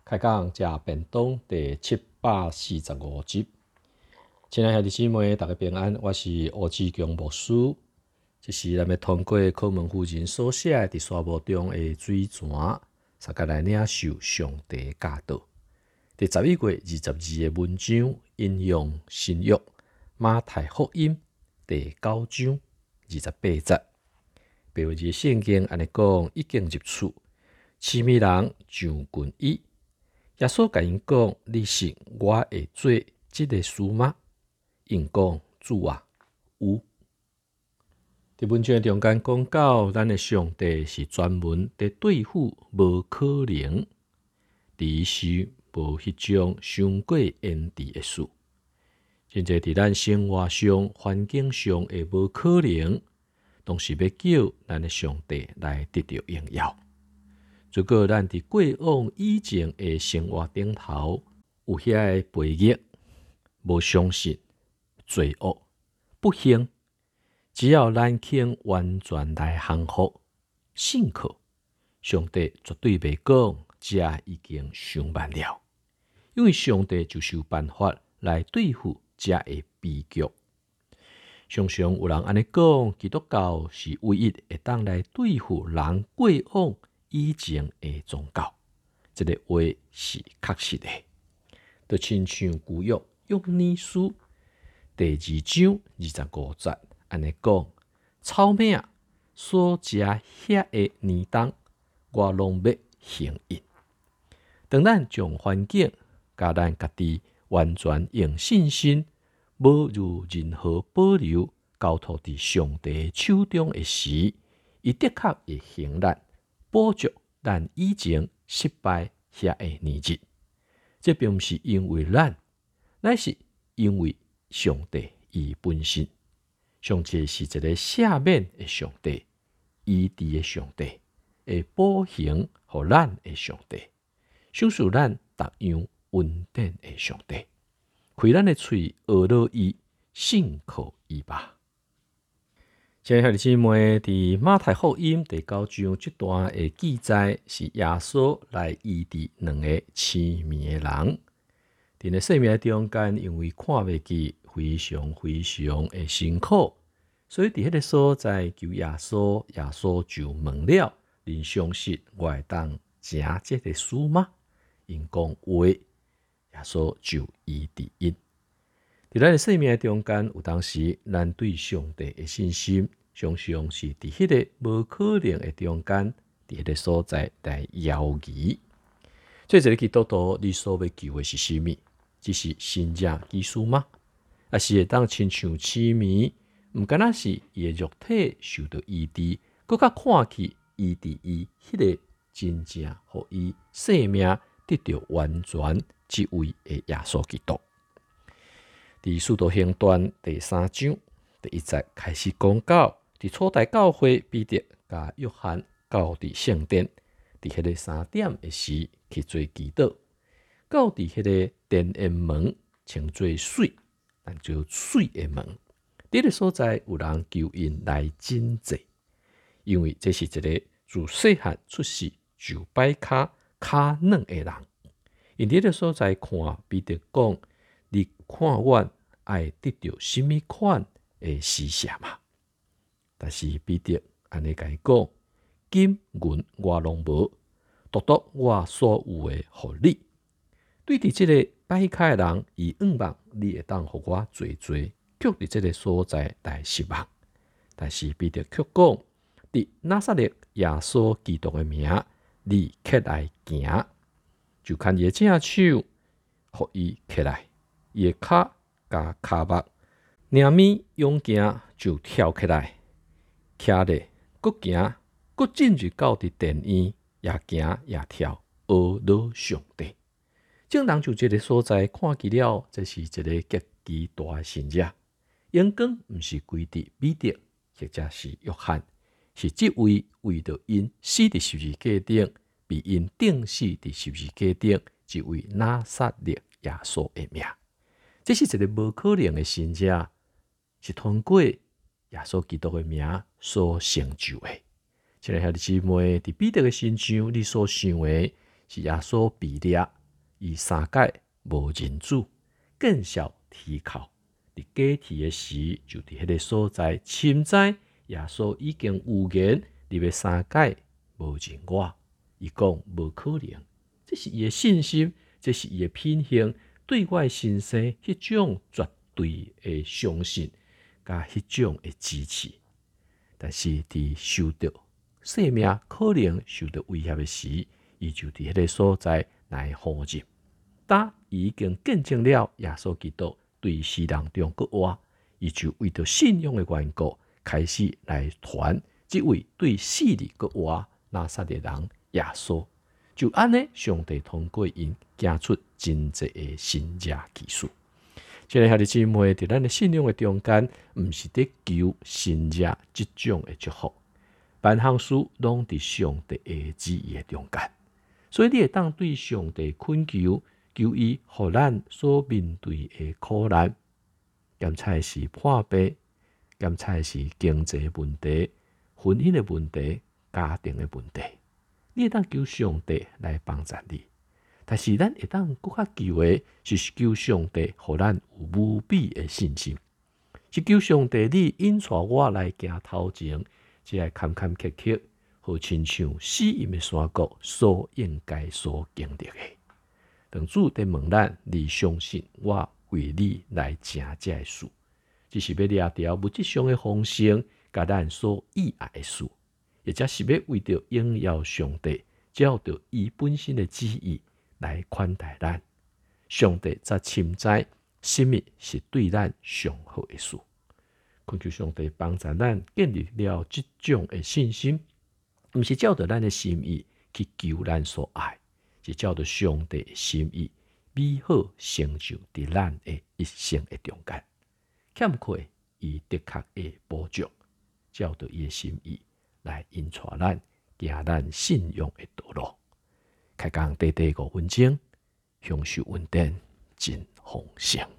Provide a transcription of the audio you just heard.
开讲食便当第745集。亲爱的兄弟姊妹，大家平安，我是吴志强牧师。这是咱要通过考门夫人所写伫沙漠中的水泉，三个来领受上帝教导。第11月22个文章引用新约马太福音第9章28节。白话字圣经安尼讲，已经入厝，市民人上群伊。耶稣甲因讲：“你信我会做这个事吗？”因讲：“主啊，有。”伫文章中间讲到，咱的上帝是专门伫对付无可能、离世无迄种伤过延迟的事。真侪伫咱生活上、环境上的无可能，都是要叫咱的上帝来得到荣耀。如果咱伫过往以前的生活顶头有遐个背逆、无相信、罪恶、不幸，只要咱肯完全来降服、信靠，上帝绝对袂讲这已经上万了，因为上帝就是有办法来对付这个悲剧。常常有人安尼讲，基督教是唯一会当来对付人过往以前的宗教，这个话是确实的。就亲像旧约约珥书第2章25节安尼讲：草命所食遐个年冬，我拢要行因。当咱将环境甲咱家己完全用信心，无入任何保留，交托伫上帝手中的时，伊的确会行咱。补足咱以前失败遐个年日，这并不是因为咱，乃是因为上帝伊本身。上帝是一个赦免的上帝，医治的上帝，会保行予咱的上帝，享受咱逐样恩典的上帝。开咱的喙，学乐伊，信靠伊吧。亲爱的姊妹，伫马太福音第9章这段的记载，是耶稣来医治2个痴迷的人。伫咧生命中间，因为看袂见，非常的辛苦，所以伫迄个所在求耶稣，耶稣就问了：“恁相信我会当行这个事吗？”因讲话，耶稣就医治因。伫咱的生命中间，有当时咱对上帝的信心，常常是伫迄个无可能的中间，伫迄个所在来犹疑。做一个基督徒，你所要求的是甚么？只是信仰基督吗？还是会当亲像痴迷，毋敢若是伊的肉体受到医治，搁较看去医治伊迄个真正互伊生命得到完全即位的耶稣基督。伫《使徒行传》第3章第1节开始讲到，伫初代教会，彼得甲约翰到伫圣殿，伫迄个3点的时去做祈祷，到伫迄个殿的门称作水，但叫水的门。伫个所在有人求因来诊治，因为这是一个自细汉出世就摆骹软的人。因伫个所在看彼得讲：“你看阮爱得到什么款的施舍嘛？”但是彼得安尼甲伊讲：“金银我拢无，独独我所有的互你。”对伫即个摆骹的人，伊望你会当互我做，却伫即个所在来失望。但是彼得却讲：“伫拿撒勒耶稣基督的名，你起来行。”就牵伊的正手，互伊起来，伊的脚甲骹目，领咪勇行就跳起来，徛咧，搁行，搁进入到伫殿院，也行也跳，学乐上帝。众人就这个所在看见了，这是一个极其大的神迹。阳光毋是归伫彼得，或者是约翰，是即位为着因死伫十字架顶，被因钉死伫十字架顶，即位拿撒勒耶稣的名。这是一个无可能的神迹，是通过耶稣基督的名所成就的。亲爱的姊妹，伫彼得的身上，你所想的是耶稣被掠， 伊三界无人主，见效啼哭。伫假啼的时，就伫迄个所在，深知耶稣已经有言，入去三界无人我。伊讲无可能，这是伊的信心，这是伊的品行，对我的身世迄种绝对的相信，甲迄种的支持。但是伫受到生命可能受到威胁的时，伊就伫迄个所在来呼入。当伊已经见证了耶稣基督对世人中国活，伊就为着信仰的缘故，开始来传这位对死里国活拿撒勒人耶稣。就安尼，上帝通过因行出真济的神迹奇事。亲爱的兄弟姊妹，伫咱的信仰的中间，毋是伫求神迹即种的祝福，万项事拢伫上帝的旨意的中间。所以你会当对上帝恳求，求伊互咱所面对的苦难，兼且是破病，兼且是经济问题、婚姻的问题、家庭的问题，你会当求上帝来帮助你。但是咱会当更较求的，是求上帝互咱有无比的信心，是求上帝你引带我来行头前，即个坎坎坷坷，好亲像死荫的山谷所应该所经历的。当主在问咱，你相信我为你来成这个事，只是要掠条物质上的丰盛，甲咱所意爱的事，或者是要为着荣耀上帝，照着伊本身的旨意来款待咱。上帝才深知什么是对咱上好的事。恳求上帝帮助咱建立了这种的信心，不是照着咱的心意去求咱所爱，是照着上帝的心意，美好成就伫咱的一生的中间。欠缺伊的确会补足，照着伊的心意来引带咱行咱信仰的道路。开讲第5分钟，享受稳定真丰盛。